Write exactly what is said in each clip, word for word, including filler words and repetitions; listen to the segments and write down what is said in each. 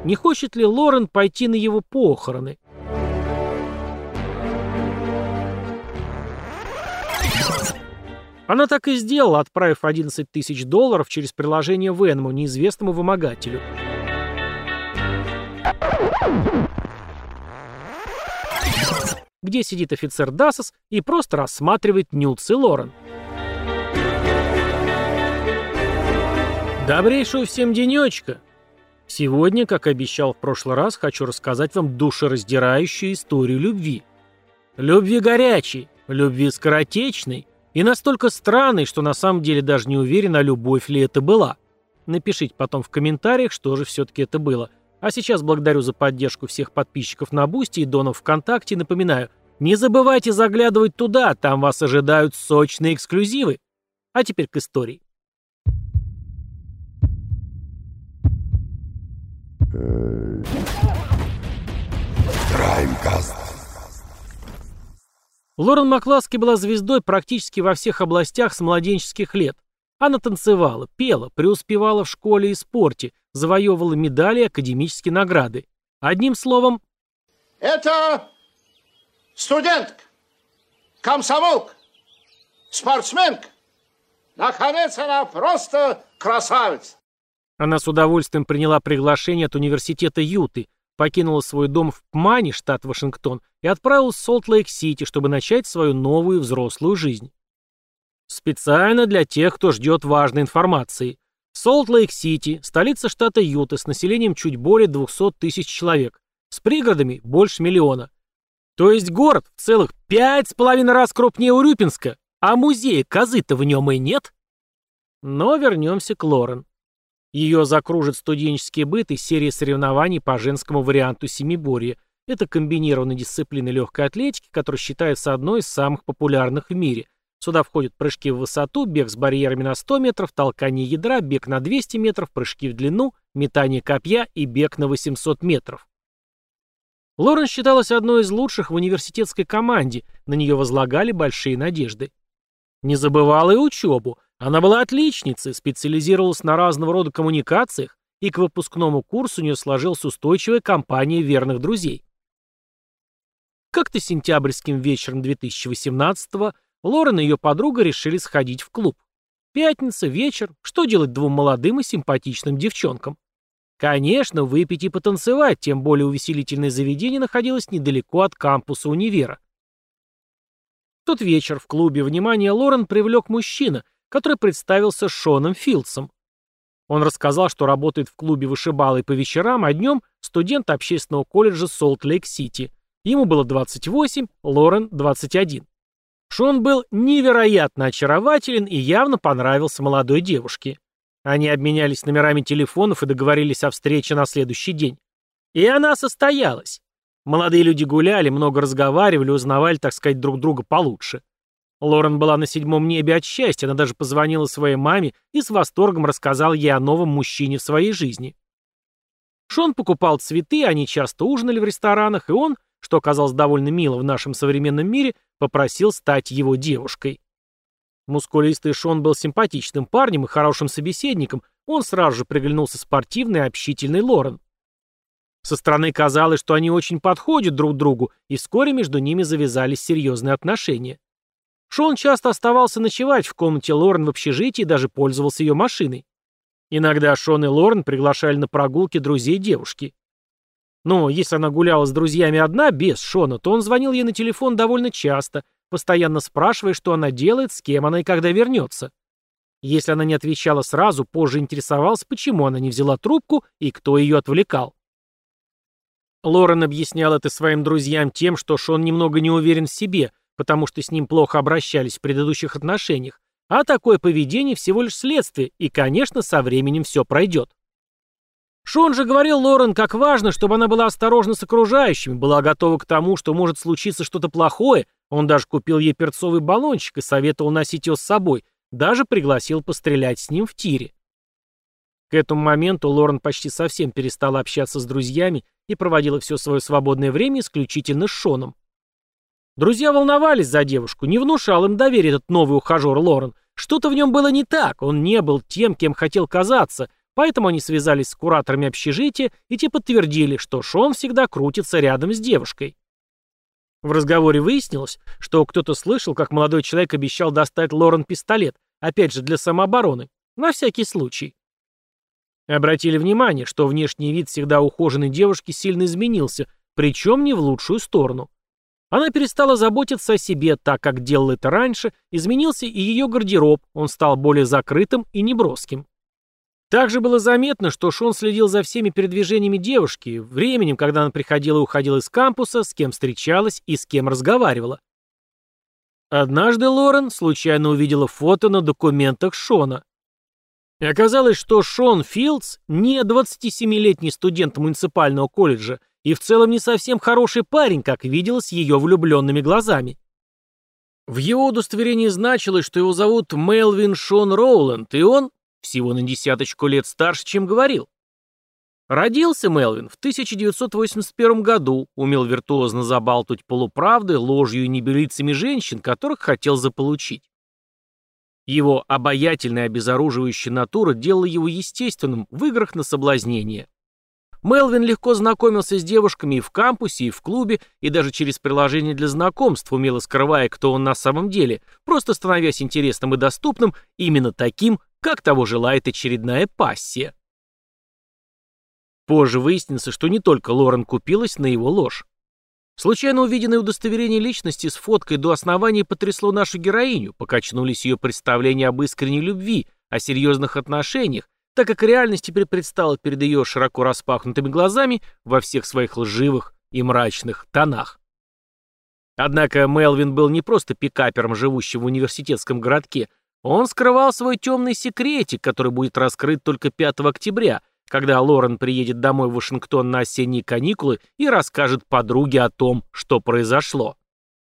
не хочет ли Лорен пойти на его похороны. Она так и сделала, отправив одиннадцать тысяч долларов через приложение Venmo неизвестному вымогателю. Где сидит офицер Дасос и просто рассматривает нюцы Лорен. Добрейшего всем денечка! Сегодня, как и обещал в прошлый раз, хочу рассказать вам душераздирающую историю любви. Любви горячей, любви скоротечной и настолько странной, что на самом деле даже не уверен, а любовь ли это была. Напишите потом в комментариях, что же все-таки это было. А сейчас благодарю за поддержку всех подписчиков на Бусти и донов ВКонтакте и напоминаю, не забывайте заглядывать туда, там вас ожидают сочные эксклюзивы. А теперь к истории. Лорен Макласки была звездой практически во всех областях с младенческих лет. Она танцевала, пела, преуспевала в школе и спорте, завоевывала медали и академические награды. Одним словом... Это студентка, комсомолка, спортсменка. Наконец, она просто красавица. Она с удовольствием приняла приглашение от университета Юты, покинула свой дом в Пмане, штат Вашингтон, и отправилась в Солт-Лейк-Сити, чтобы начать свою новую взрослую жизнь. Специально для тех, кто ждет важной информации. Солт-Лейк-Сити – столица штата Юта с населением чуть более двухсот тысяч человек, с пригородами больше миллиона. То есть город в целых пять с половиной раз крупнее Урюпинска, а музея козы-то в нем и нет. Но вернемся к Лорен. Ее закружит студенческий быт и серия соревнований по женскому варианту семиборья. Это комбинированная дисциплина легкой атлетики, которая считается одной из самых популярных в мире. Сюда входят прыжки в высоту, бег с барьерами на сто метров, толкание ядра, бег на двести метров, прыжки в длину, метание копья и бег на восемьсот метров. Лорен считалась одной из лучших в университетской команде, на нее возлагали большие надежды. Не забывала и учебу. Она была отличницей, специализировалась на разного рода коммуникациях, и к выпускному курсу у нее сложилась устойчивая компания верных друзей. Как-то сентябрьским вечером две тысячи восемнадцатого Лорен и ее подруга решили сходить в клуб. Пятница, вечер, что делать двум молодым и симпатичным девчонкам? Конечно, выпить и потанцевать, тем более увеселительное заведение находилось недалеко от кампуса универа. В тот вечер в клубе внимание Лорен привлек мужчина, который представился Шоном Филдсом. Он рассказал, что работает в клубе вышибалы по вечерам, а днем студент общественного колледжа Солт-Лейк-Сити. Ему было двадцать восемь, Лорен двадцать один. Шон был невероятно очарователен и явно понравился молодой девушке. Они обменялись номерами телефонов и договорились о встрече на следующий день. И она состоялась. Молодые люди гуляли, много разговаривали, узнавали, так сказать, друг друга получше. Лорен была на седьмом небе от счастья, она даже позвонила своей маме и с восторгом рассказала ей о новом мужчине в своей жизни. Шон покупал цветы, они часто ужинали в ресторанах, и он, что оказалось довольно мило в нашем современном мире, попросил стать его девушкой. Мускулистый Шон был симпатичным парнем и хорошим собеседником, он сразу же приглянулся спортивной и общительной Лорен. Со стороны казалось, что они очень подходят друг другу, и вскоре между ними завязались серьезные отношения. Шон часто оставался ночевать в комнате Лорен в общежитии и даже пользовался ее машиной. Иногда Шон и Лорен приглашали на прогулки друзей девушки. Но если она гуляла с друзьями одна, без Шона, то он звонил ей на телефон довольно часто, постоянно спрашивая, что она делает, с кем она и когда вернется. Если она не отвечала сразу, позже интересовался, почему она не взяла трубку и кто ее отвлекал. Лорен объяснял это своим друзьям тем, что Шон немного не уверен в себе, потому что с ним плохо обращались в предыдущих отношениях, а такое поведение всего лишь следствие, и, конечно, со временем все пройдет. Шон же говорил Лорен, как важно, чтобы она была осторожна с окружающими, была готова к тому, что может случиться что-то плохое, он даже купил ей перцовый баллончик и советовал носить его с собой, даже пригласил пострелять с ним в тире. К этому моменту Лорен почти совсем перестала общаться с друзьями и проводила все свое свободное время исключительно с Шоном. Друзья волновались за девушку, не внушал им доверия этот новый ухажер Лорен. Что-то в нем было не так, он не был тем, кем хотел казаться, Поэтому они связались с кураторами общежития, и те подтвердили, что Шон всегда крутится рядом с девушкой. В разговоре выяснилось, что кто-то слышал, как молодой человек обещал достать Лорен пистолет, опять же для самообороны, на всякий случай. Обратили внимание, что внешний вид всегда ухоженной девушки сильно изменился, причем не в лучшую сторону. Она перестала заботиться о себе, так как делала это раньше, изменился и ее гардероб, он стал более закрытым и неброским. Также было заметно, что Шон следил за всеми передвижениями девушки, временем, когда она приходила и уходила из кампуса, с кем встречалась и с кем разговаривала. Однажды Лорен случайно увидела фото на документах Шона. И оказалось, что Шон Филдс не двадцатисемилетний студент муниципального колледжа и в целом не совсем хороший парень, как виделось ее влюбленными глазами. В его удостоверении значилось, что его зовут Мелвин Шон Роуланд, и он всего на десяточку лет старше, чем говорил. Родился Мелвин в тысяча девятьсот восемьдесят первом году, умел виртуозно забалтывать полуправды, ложью и небылицами женщин, которых хотел заполучить. Его обаятельная обезоруживающая натура делала его естественным в играх на соблазнение. Мелвин легко знакомился с девушками и в кампусе, и в клубе, и даже через приложение для знакомств, умело скрывая, кто он на самом деле, просто становясь интересным и доступным, именно таким, как того желает очередная пассия. Позже выяснится, что не только Лорен купилась на его ложь. Случайно увиденное удостоверение личности с фоткой до основания потрясло нашу героиню, покачнулись ее представления об искренней любви, о серьезных отношениях, так как реальность теперь предстала перед ее широко распахнутыми глазами во всех своих лживых и мрачных тонах. Однако Мелвин был не просто пикапером, живущим в университетском городке, он скрывал свой темный секретик, который будет раскрыт только пятого октября, когда Лорен приедет домой в Вашингтон на осенние каникулы и расскажет подруге о том, что произошло.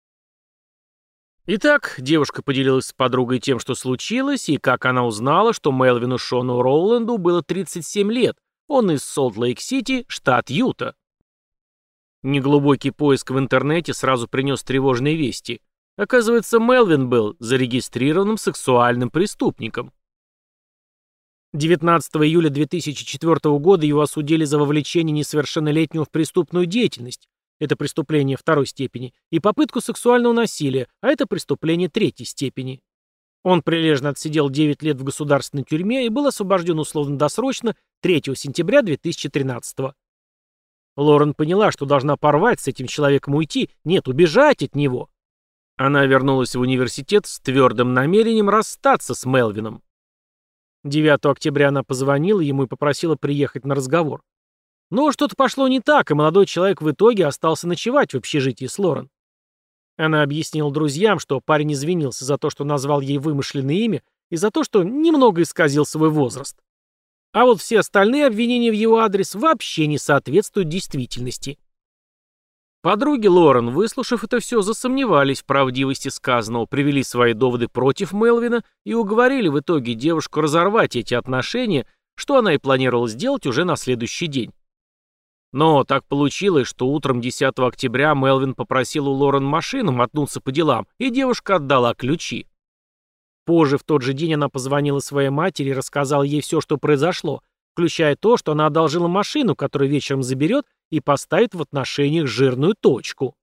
Итак, девушка поделилась с подругой тем, что случилось, и как она узнала, что Мелвину Шону Роуланду было тридцать семь лет, он из Солт-Лейк-Сити, штат Юта. Неглубокий поиск в интернете сразу принес тревожные вести. Оказывается, Мелвин был зарегистрированным сексуальным преступником. девятнадцатого июля две тысячи четвёртого года его осудили за вовлечение несовершеннолетнего в преступную деятельность, это преступление второй степени, и попытку сексуального насилия, а это преступление третьей степени. Он прилежно отсидел девять лет в государственной тюрьме и был освобожден условно-досрочно третьего сентября две тысячи тринадцатого. Лорен поняла, что должна порвать с этим человеком, уйти, нет, убежать от него. Она вернулась в университет с твердым намерением расстаться с Мелвином. девятого октября она позвонила ему и попросила приехать на разговор. Но что-то пошло не так, и молодой человек в итоге остался ночевать в общежитии с Лорен. Она объяснила друзьям, что парень извинился за то, что назвал ей вымышленное имя, и за то, что немного исказил свой возраст. А вот все остальные обвинения в его адрес вообще не соответствуют действительности. Подруги Лорен, выслушав это все, засомневались в правдивости сказанного, привели свои доводы против Мелвина и уговорили в итоге девушку разорвать эти отношения, что она и планировала сделать уже на следующий день. Но так получилось, что утром десятого октября Мелвин попросил у Лорен машину мотнуться по делам, и девушка отдала ключи. Позже в тот же день она позвонила своей матери и рассказала ей все, что произошло, включая то, что она одолжила машину, которую вечером заберет и поставит в отношениях жирную точку.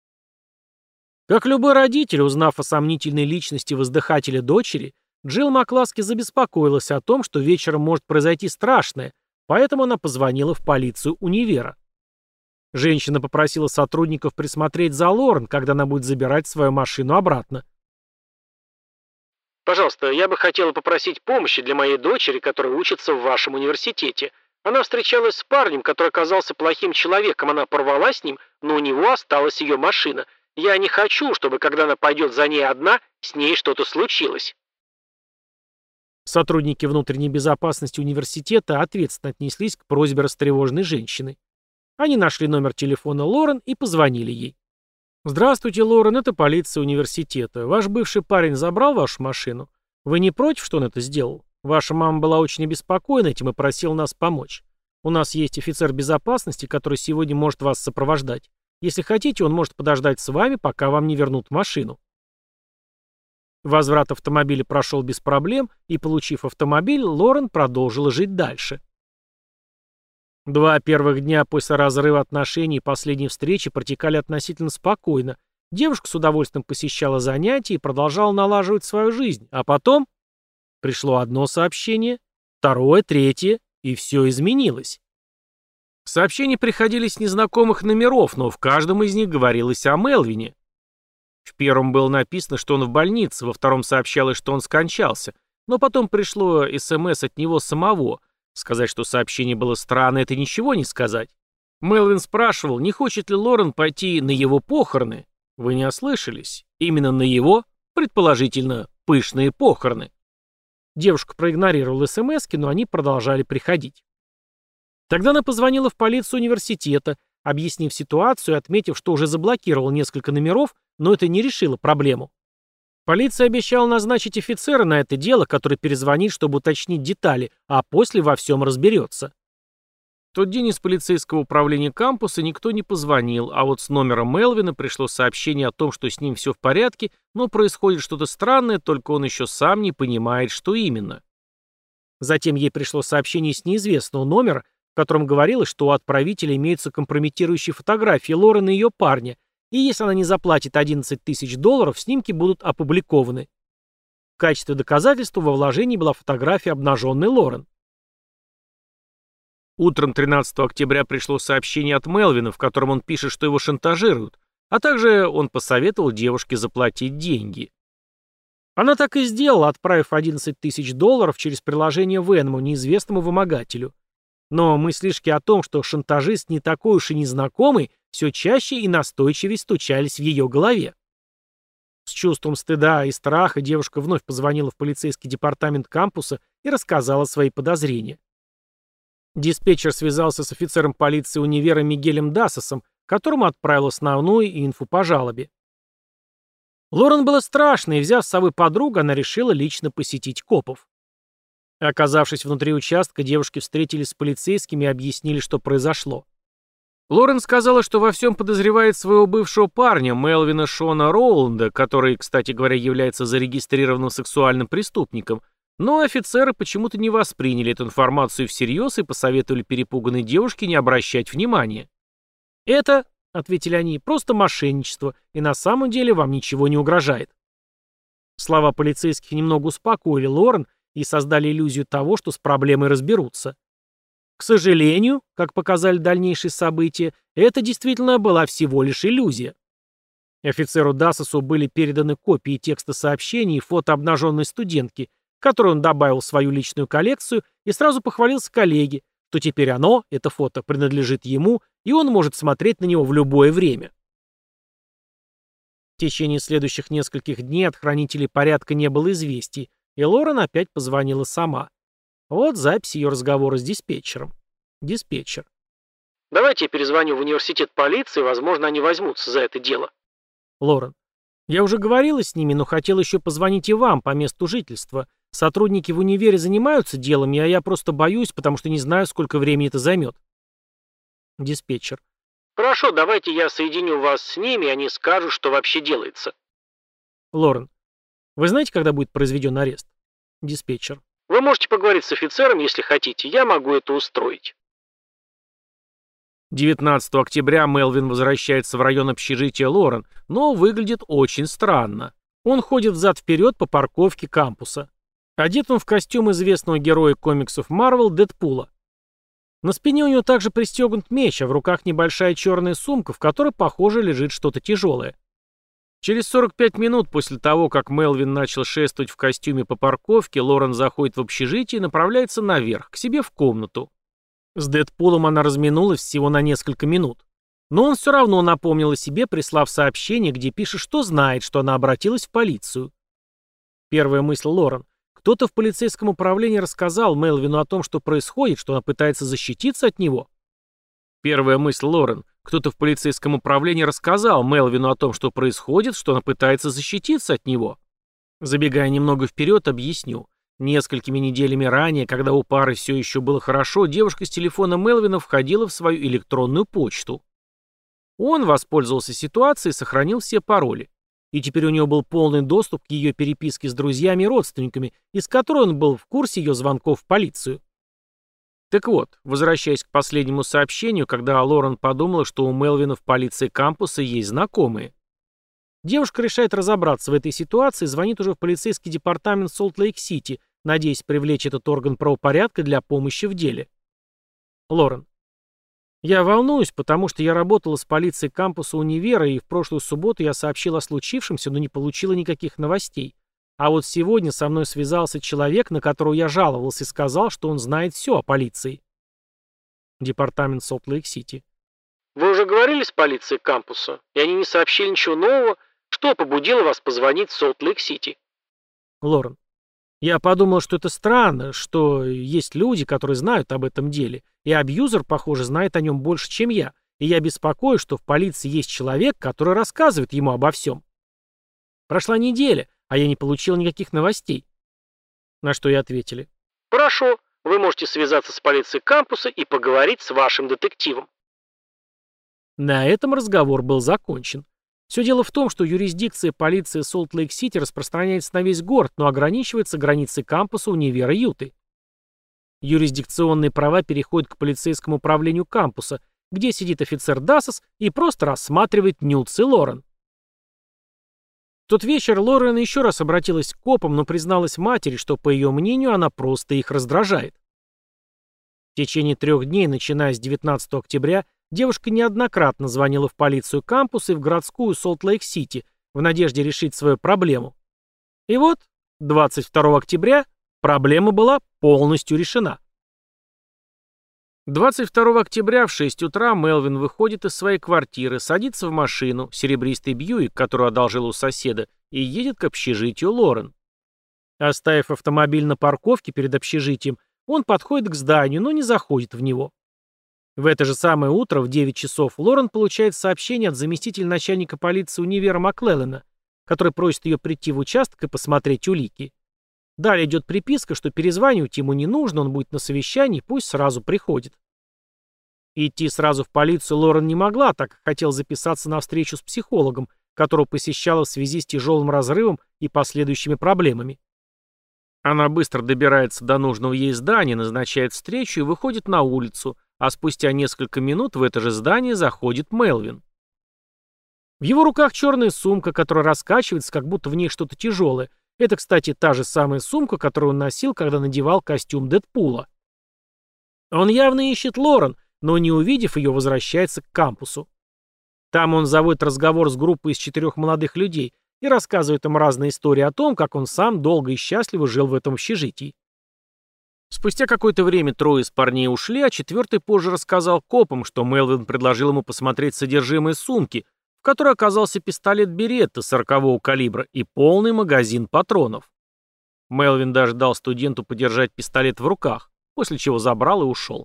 Как любой родитель, узнав о сомнительной личности воздыхателя дочери, Джилл Макласки забеспокоилась о том, что вечером может произойти страшное, поэтому она позвонила в полицию универа. Женщина попросила сотрудников присмотреть за Лорен, когда она будет забирать свою машину обратно. «Пожалуйста, я бы хотела попросить помощи для моей дочери, которая учится в вашем университете. Она встречалась с парнем, который оказался плохим человеком, она порвала с ним, но у него осталась ее машина. Я не хочу, чтобы, когда она пойдет за ней одна, с ней что-то случилось». Сотрудники внутренней безопасности университета ответственно отнеслись к просьбе растревоженной женщины. Они нашли номер телефона Лорен и позвонили ей. «Здравствуйте, Лорен, это полиция университета. Ваш бывший парень забрал вашу машину? Вы не против, что он это сделал? Ваша мама была очень обеспокоена этим и просила нас помочь. У нас есть офицер безопасности, который сегодня может вас сопровождать. Если хотите, он может подождать с вами, пока вам не вернут машину». Возврат автомобиля прошел без проблем, и, получив автомобиль, Лорен продолжила жить дальше. Два первых дня после разрыва отношений и последней встречи протекали относительно спокойно. Девушка с удовольствием посещала занятия и продолжала налаживать свою жизнь. А потом пришло одно сообщение, второе, третье, и все изменилось. Сообщения приходили с незнакомых номеров, но в каждом из них говорилось о Мелвине. В первом было написано, что он в больнице, во втором сообщалось, что он скончался, но потом пришло СМС от него самого. Сказать, что сообщение было странное, это ничего не сказать. Мелвин спрашивал, не хочет ли Лорен пойти на его похороны. Вы не ослышались. Именно на его, предположительно, пышные похороны. Девушка проигнорировала СМСки, но они продолжали приходить. Тогда она позвонила в полицию университета, объяснив ситуацию и отметив, что уже заблокировал несколько номеров, но это не решило проблему. Полиция обещала назначить офицера на это дело, который перезвонит, чтобы уточнить детали, а после во всем разберется. В тот день из полицейского управления кампуса никто не позвонил, а вот с номера Мелвина пришло сообщение о том, что с ним все в порядке, но происходит что-то странное, только он еще сам не понимает, что именно. Затем ей пришло сообщение с неизвестного номера, в котором говорилось, что у отправителя имеются компрометирующие фотографии Лорен и ее парня, и если она не заплатит одиннадцать тысяч долларов, снимки будут опубликованы. В качестве доказательства во вложении была фотография обнаженной Лорен. Утром тринадцатого октября пришло сообщение от Мелвина, в котором он пишет, что его шантажируют, а также он посоветовал девушке заплатить деньги. Она так и сделала, отправив одиннадцать тысяч долларов через приложение Venmo неизвестному вымогателю. Но мыслишки о том, что шантажист не такой уж и незнакомый, все чаще и настойчивее стучались в ее голове. С чувством стыда и страха девушка вновь позвонила в полицейский департамент кампуса и рассказала свои подозрения. Диспетчер связался с офицером полиции универа Мигелем Дасосом, которому отправил основную инфу по жалобе. Лорен было страшно, и, взяв с собой подругу, она решила лично посетить копов. Оказавшись внутри участка, девушки встретились с полицейскими и объяснили, что произошло. Лорен сказала, что во всем подозревает своего бывшего парня, Мелвина Шона Роуланда, который, кстати говоря, является зарегистрированным сексуальным преступником, но офицеры почему-то не восприняли эту информацию всерьез и посоветовали перепуганной девушке не обращать внимания. «Это, — ответили они, — просто мошенничество, и на самом деле вам ничего не угрожает». Слова полицейских немного успокоили Лорен и создали иллюзию того, что с проблемой разберутся. К сожалению, как показали дальнейшие события, это действительно была всего лишь иллюзия. Офицеру Дасосу были переданы копии текста сообщений и фото обнаженной студентки, которую он добавил в свою личную коллекцию и сразу похвалился коллеге, что теперь оно, это фото, принадлежит ему, и он может смотреть на него в любое время. В течение следующих нескольких дней от хранителей порядка не было известий, и Лорен опять позвонила сама. Вот запись ее разговора с диспетчером. Диспетчер. «Давайте я перезвоню в университет полиции, возможно, они возьмутся за это дело». Лорен. «Я уже говорила с ними, но хотел еще позвонить и вам по месту жительства. Сотрудники в универе занимаются делами, а я просто боюсь, потому что не знаю, сколько времени это займет». Диспетчер. «Хорошо, давайте я соединю вас с ними, и они скажут, что вообще делается». Лорен. «Вы знаете, когда будет произведен арест?» Диспетчер. «Вы можете поговорить с офицером, если хотите. Я могу это устроить». девятнадцатого октября Мелвин возвращается в район общежития Лорен, но выглядит очень странно. Он ходит взад-вперед по парковке кампуса. Одет он в костюм известного героя комиксов Марвел Дэдпула. На спине у него также пристегнут меч, а в руках небольшая черная сумка, в которой, похоже, лежит что-то тяжелое. Через сорок пять минут после того, как Мелвин начал шествовать в костюме по парковке, Лорен заходит в общежитие и направляется наверх, к себе в комнату. С Дэдпулом она разминулась всего на несколько минут. Но он все равно напомнил о себе, прислав сообщение, где пишет, что знает, что она обратилась в полицию. Первая мысль Лорен. Кто-то в полицейском управлении рассказал Мелвину о том, что происходит, что она пытается защититься от него. Первая мысль Лорен. Кто-то в полицейском управлении рассказал Мелвину о том, что происходит, что она пытается защититься от него. Забегая немного вперед, объясню. Несколькими неделями ранее, когда у пары все еще было хорошо, девушка с телефона Мелвина входила в свою электронную почту. Он воспользовался ситуацией и сохранил все пароли. и теперь у него был полный доступ к ее переписке с друзьями и родственниками, из которой он был в курсе ее звонков в полицию. Так вот, возвращаясь к последнему сообщению, когда Лорен подумала, что у Мелвина в полиции кампуса есть знакомые. Девушка решает разобраться в этой ситуации и звонит уже в полицейский департамент Солт-Лейк-Сити, надеясь привлечь этот орган правопорядка для помощи в деле. Лорен. Я волнуюсь, потому что я работала с полицией кампуса универа, и в прошлую субботу я сообщила о случившемся, но не получила никаких новостей. А вот сегодня со мной связался человек, на которого я жаловался, и сказал, что он знает все о полиции. Департамент Солт-Лейк-Сити. Вы уже говорили с полицией кампуса, и они не сообщили ничего нового? Что побудило вас позвонить в Солт-Лейк-Сити? Лорен. Я подумал, что это странно, что есть люди, которые знают об этом деле, и абьюзер, похоже, знает о нем больше, чем я, и я беспокоюсь, что в полиции есть человек, который рассказывает ему обо всем. Прошла неделя, а я не получил никаких новостей. На что и ответили. Хорошо, вы можете связаться с полицией кампуса и поговорить с вашим детективом. На этом разговор был закончен. Все дело в том, что юрисдикция полиции Солт-Лейк-Сити распространяется на весь город, но ограничивается границей кампуса универа Юты. Юрисдикционные права переходят к полицейскому управлению кампуса, где сидит офицер Дасос и просто рассматривает Нюц и Лорен. В тот вечер Лорен еще раз обратилась к копам, но призналась матери, что, по ее мнению, она просто их раздражает. В течение трех дней, начиная с девятнадцатого октября, девушка неоднократно звонила в полицию кампуса и в городскую Солт-Лейк-Сити в надежде решить свою проблему. И вот, двадцать второго октября проблема была полностью решена. двадцать второго октября в шесть утра Мелвин выходит из своей квартиры, садится в машину, серебристый Бьюик, которую одолжил у соседа, и едет к общежитию Лорен. Оставив автомобиль на парковке перед общежитием, он подходит к зданию, но не заходит в него. В это же самое утро, в девять часов, Лорен получает сообщение от заместителя начальника полиции универа Маклеллана, который просит ее прийти в участок и посмотреть улики. Далее идет приписка, что перезванивать ему не нужно, он будет на совещании, пусть сразу приходит. Идти сразу в полицию Лорен не могла, так как хотела записаться на встречу с психологом, которого посещала в связи с тяжелым разрывом и последующими проблемами. Она быстро добирается до нужного ей здания, назначает встречу и выходит на улицу, а спустя несколько минут в это же здание заходит Мелвин. В его руках черная сумка, которая раскачивается, как будто в ней что-то тяжелое. Это, кстати, та же самая сумка, которую он носил, когда надевал костюм Дэдпула. Он явно ищет Лорен, но, не увидев ее, возвращается к кампусу. Там он заводит разговор с группой из четырех молодых людей и рассказывает им разные истории о том, как он сам долго и счастливо жил в этом общежитии. Спустя какое-то время трое из парней ушли, а четвертый позже рассказал копам, что Мелвин предложил ему посмотреть содержимое сумки, в которой оказался пистолет Беретта сорокового калибра и полный магазин патронов. Мелвин даже дал студенту подержать пистолет в руках, после чего забрал и ушел.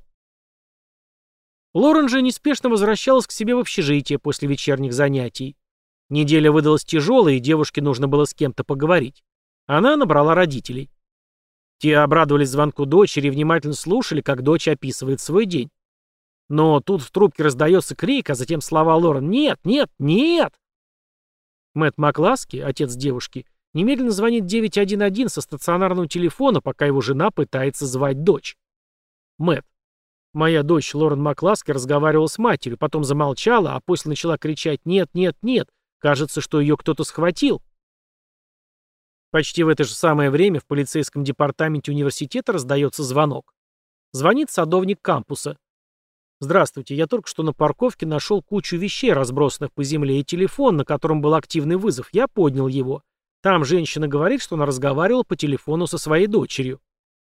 Лорен же неспешно возвращалась к себе в общежитие после вечерних занятий. Неделя выдалась тяжелой, и девушке нужно было с кем-то поговорить. Она набрала родителей. Те обрадовались звонку дочери и внимательно слушали, как дочь описывает свой день. Но тут в трубке раздается крик, а затем слова Лорен: «Нет, нет, нет!». Мэтт Макласки, отец девушки, немедленно звонит девять один один со стационарного телефона, пока его жена пытается звать дочь. Мэтт: моя дочь Лорен Макласки разговаривала с матерью, потом замолчала, а после начала кричать: «Нет, нет, нет!». Кажется, что ее кто-то схватил. Почти в это же самое время в полицейском департаменте университета раздается звонок. Звонит садовник кампуса. «Здравствуйте, я только что на парковке нашел кучу вещей, разбросанных по земле, и телефон, на котором был активный вызов. Я поднял его. Там женщина говорит, что она разговаривала по телефону со своей дочерью».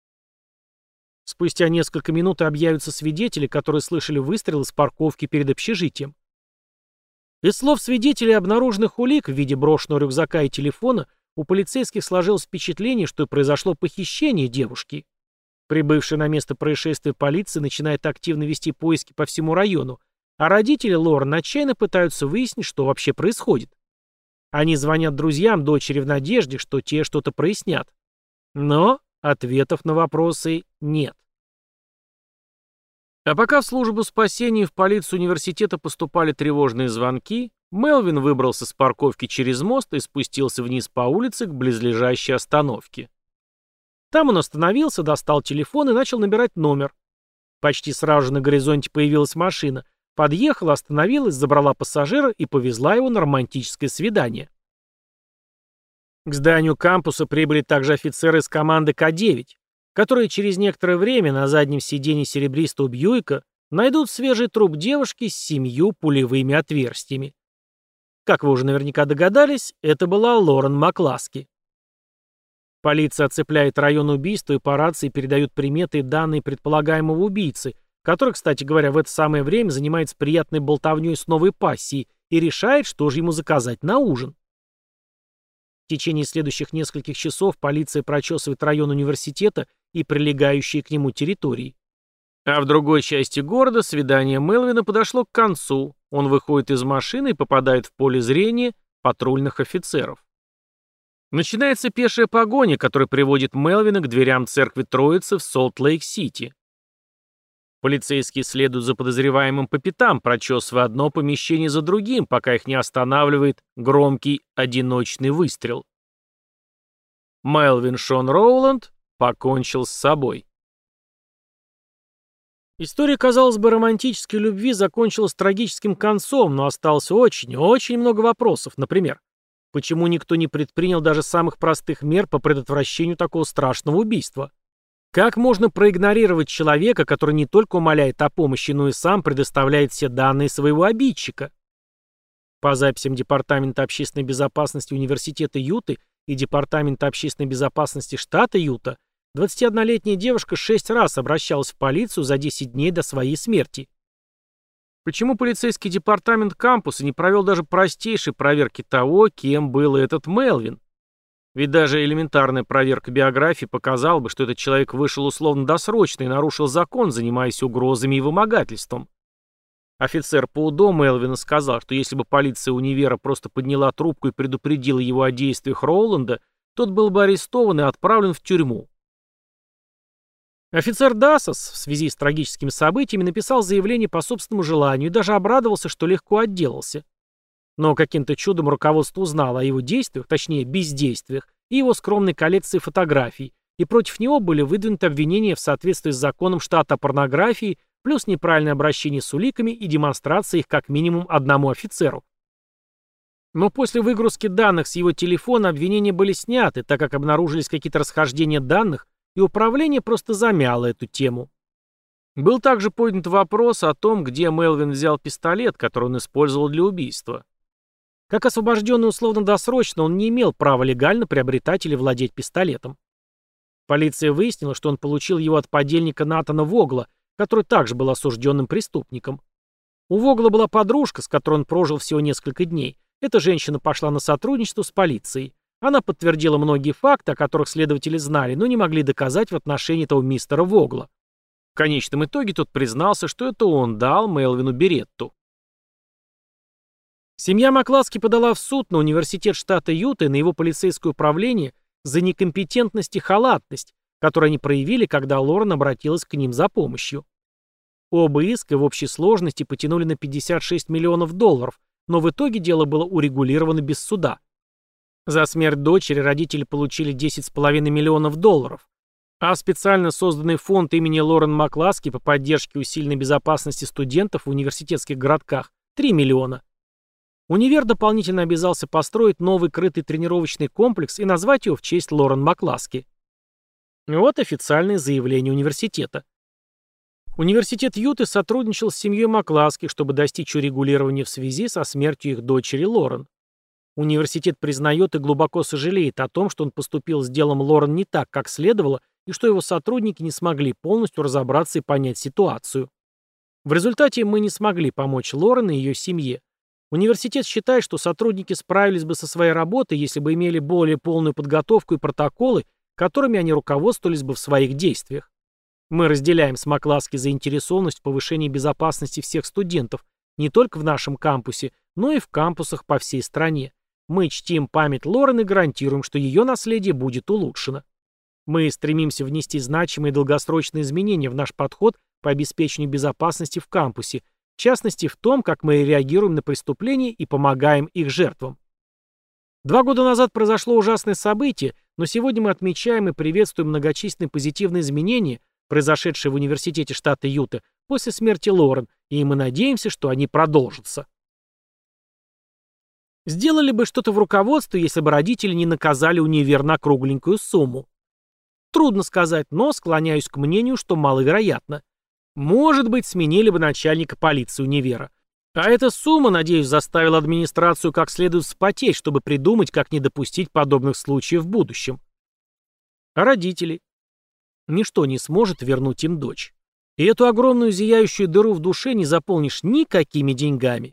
Спустя несколько минут объявятся свидетели, которые слышали выстрелы с парковки перед общежитием. Из слов свидетелей обнаруженных улик в виде брошенного рюкзака и телефона у полицейских сложилось впечатление, что произошло похищение девушки. Прибывшая на место происшествия полиция начинает активно вести поиски по всему району, а родители Лорен отчаянно пытаются выяснить, что вообще происходит. Они звонят друзьям дочери в надежде, что те что-то прояснят. Но ответов на вопросы нет. А пока в службу спасения и в полицию университета поступали тревожные звонки, Мелвин выбрался с парковки через мост и спустился вниз по улице к близлежащей остановке. Там он остановился, достал телефон и начал набирать номер. Почти сразу же на горизонте появилась машина. Подъехала, остановилась, забрала пассажира и повезла его на романтическое свидание. К зданию кампуса прибыли также офицеры из команды К девять, которые через некоторое время на заднем сиденье серебристого Бьюика найдут свежий труп девушки с семью пулевыми отверстиями. Как вы уже наверняка догадались, это была Лорен Макласки. Полиция оцепляет район убийства и по рации передают приметы и данные предполагаемого убийцы, который, кстати говоря, в это самое время занимается приятной болтовней с новой пассией и решает, что же ему заказать на ужин. В течение следующих нескольких часов полиция прочесывает район университета и прилегающие к нему территории. А в другой части города свидание Мелвина подошло к концу. Он выходит из машины и попадает в поле зрения патрульных офицеров. Начинается пешая погоня, которая приводит Мелвина к дверям церкви Троицы в Солт-Лейк-Сити. Полицейские следуют за подозреваемым по пятам, прочесывая одно помещение за другим, пока их не останавливает громкий одиночный выстрел. Мелвин Шон Роуланд покончил с собой. История, казалось бы, романтической любви закончилась трагическим концом, но осталось очень-очень много вопросов. Например, почему никто не предпринял даже самых простых мер по предотвращению такого страшного убийства? Как можно проигнорировать человека, который не только умоляет о помощи, но и сам предоставляет все данные своего обидчика? По записям Департамента общественной безопасности Университета Юты и Департамента общественной безопасности штата Юта, двадцатиоднолетняя девушка шесть раз обращалась в полицию за десять дней до своей смерти. Почему полицейский департамент кампуса не провел даже простейшей проверки того, кем был этот Мелвин? Ведь даже элементарная проверка биографии показала бы, что этот человек вышел условно-досрочно и нарушил закон, занимаясь угрозами и вымогательством. Офицер по УДО Мелвина сказал, что если бы полиция универа просто подняла трубку и предупредила его о действиях Роуланда, тот был бы арестован и отправлен в тюрьму. Офицер Дасос в связи с трагическими событиями написал заявление по собственному желанию и даже обрадовался, что легко отделался. Но каким-то чудом руководство узнало о его действиях, точнее бездействиях, и его скромной коллекции фотографий, и против него были выдвинуты обвинения в соответствии с законом штата о порнографии, плюс неправильное обращение с уликами и демонстрация их как минимум одному офицеру. Но после выгрузки данных с его телефона обвинения были сняты, так как обнаружились какие-то расхождения данных, и управление просто замяло эту тему. Был также поднят вопрос о том, где Мелвин взял пистолет, который он использовал для убийства. Как освобожденный условно-досрочно, он не имел права легально приобретать или владеть пистолетом. Полиция выяснила, что он получил его от подельника Натана Вогла, который также был осужденным преступником. У Вогла была подружка, с которой он прожил всего несколько дней. Эта женщина пошла на сотрудничество с полицией. Она подтвердила многие факты, о которых следователи знали, но не могли доказать в отношении этого мистера Вогла. В конечном итоге тот признался, что это он дал Мелвину беретту. Семья Макласки подала в суд на университет штата Юта и на его полицейское управление за некомпетентность и халатность, которую они проявили, когда Лорен обратилась к ним за помощью. Оба иска в общей сложности потянули на пятьдесят шесть миллионов долларов, но в итоге дело было урегулировано без суда. За смерть дочери родители получили десять с половиной миллионов долларов, а специально созданный фонд имени Лорен Макласки по поддержке усиленной безопасности студентов в университетских городках – три миллиона. Универ дополнительно обязался построить новый крытый тренировочный комплекс и назвать его в честь Лорен Макласки. Вот официальное заявление университета. Университет Юты сотрудничал с семьей Макласки, чтобы достичь урегулирования в связи со смертью их дочери Лорен. Университет признает и глубоко сожалеет о том, что он поступил с делом Лорен не так, как следовало, и что его сотрудники не смогли полностью разобраться и понять ситуацию. В результате мы не смогли помочь Лорен и ее семье. Университет считает, что сотрудники справились бы со своей работой, если бы имели более полную подготовку и протоколы, которыми они руководствовались бы в своих действиях. Мы разделяем с Макласки заинтересованность в повышении безопасности всех студентов, не только в нашем кампусе, но и в кампусах по всей стране. Мы чтим память Лорен и гарантируем, что ее наследие будет улучшено. Мы стремимся внести значимые долгосрочные изменения в наш подход по обеспечению безопасности в кампусе, В частности, в том, как мы реагируем на преступления и помогаем их жертвам. Два года назад произошло ужасное событие, но сегодня мы отмечаем и приветствуем многочисленные позитивные изменения, произошедшие в университете штата Юта после смерти Лорен, и мы надеемся, что они продолжатся. Сделали бы что-то в руководстве, если бы родители не наказали универ на кругленькую сумму? Трудно сказать, но склоняюсь к мнению, что маловероятно. Может быть, сменили бы начальника полиции универа. А эта сумма, надеюсь, заставила администрацию как следует вспотеть, чтобы придумать, как не допустить подобных случаев в будущем. А родители? Ничто не сможет вернуть им дочь. И эту огромную зияющую дыру в душе не заполнишь никакими деньгами.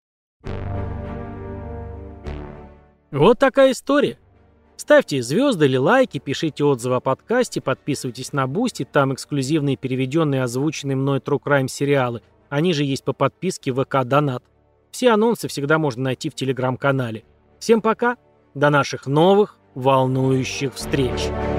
Вот такая история. Ставьте звезды или лайки, пишите отзывы о подкасте, подписывайтесь на Бусти, там эксклюзивные переведенные и озвученные мной True Crime сериалы. Они же есть по подписке вэ ка Донат. Все анонсы всегда можно найти в телеграм-канале. Всем пока, до наших новых волнующих встреч.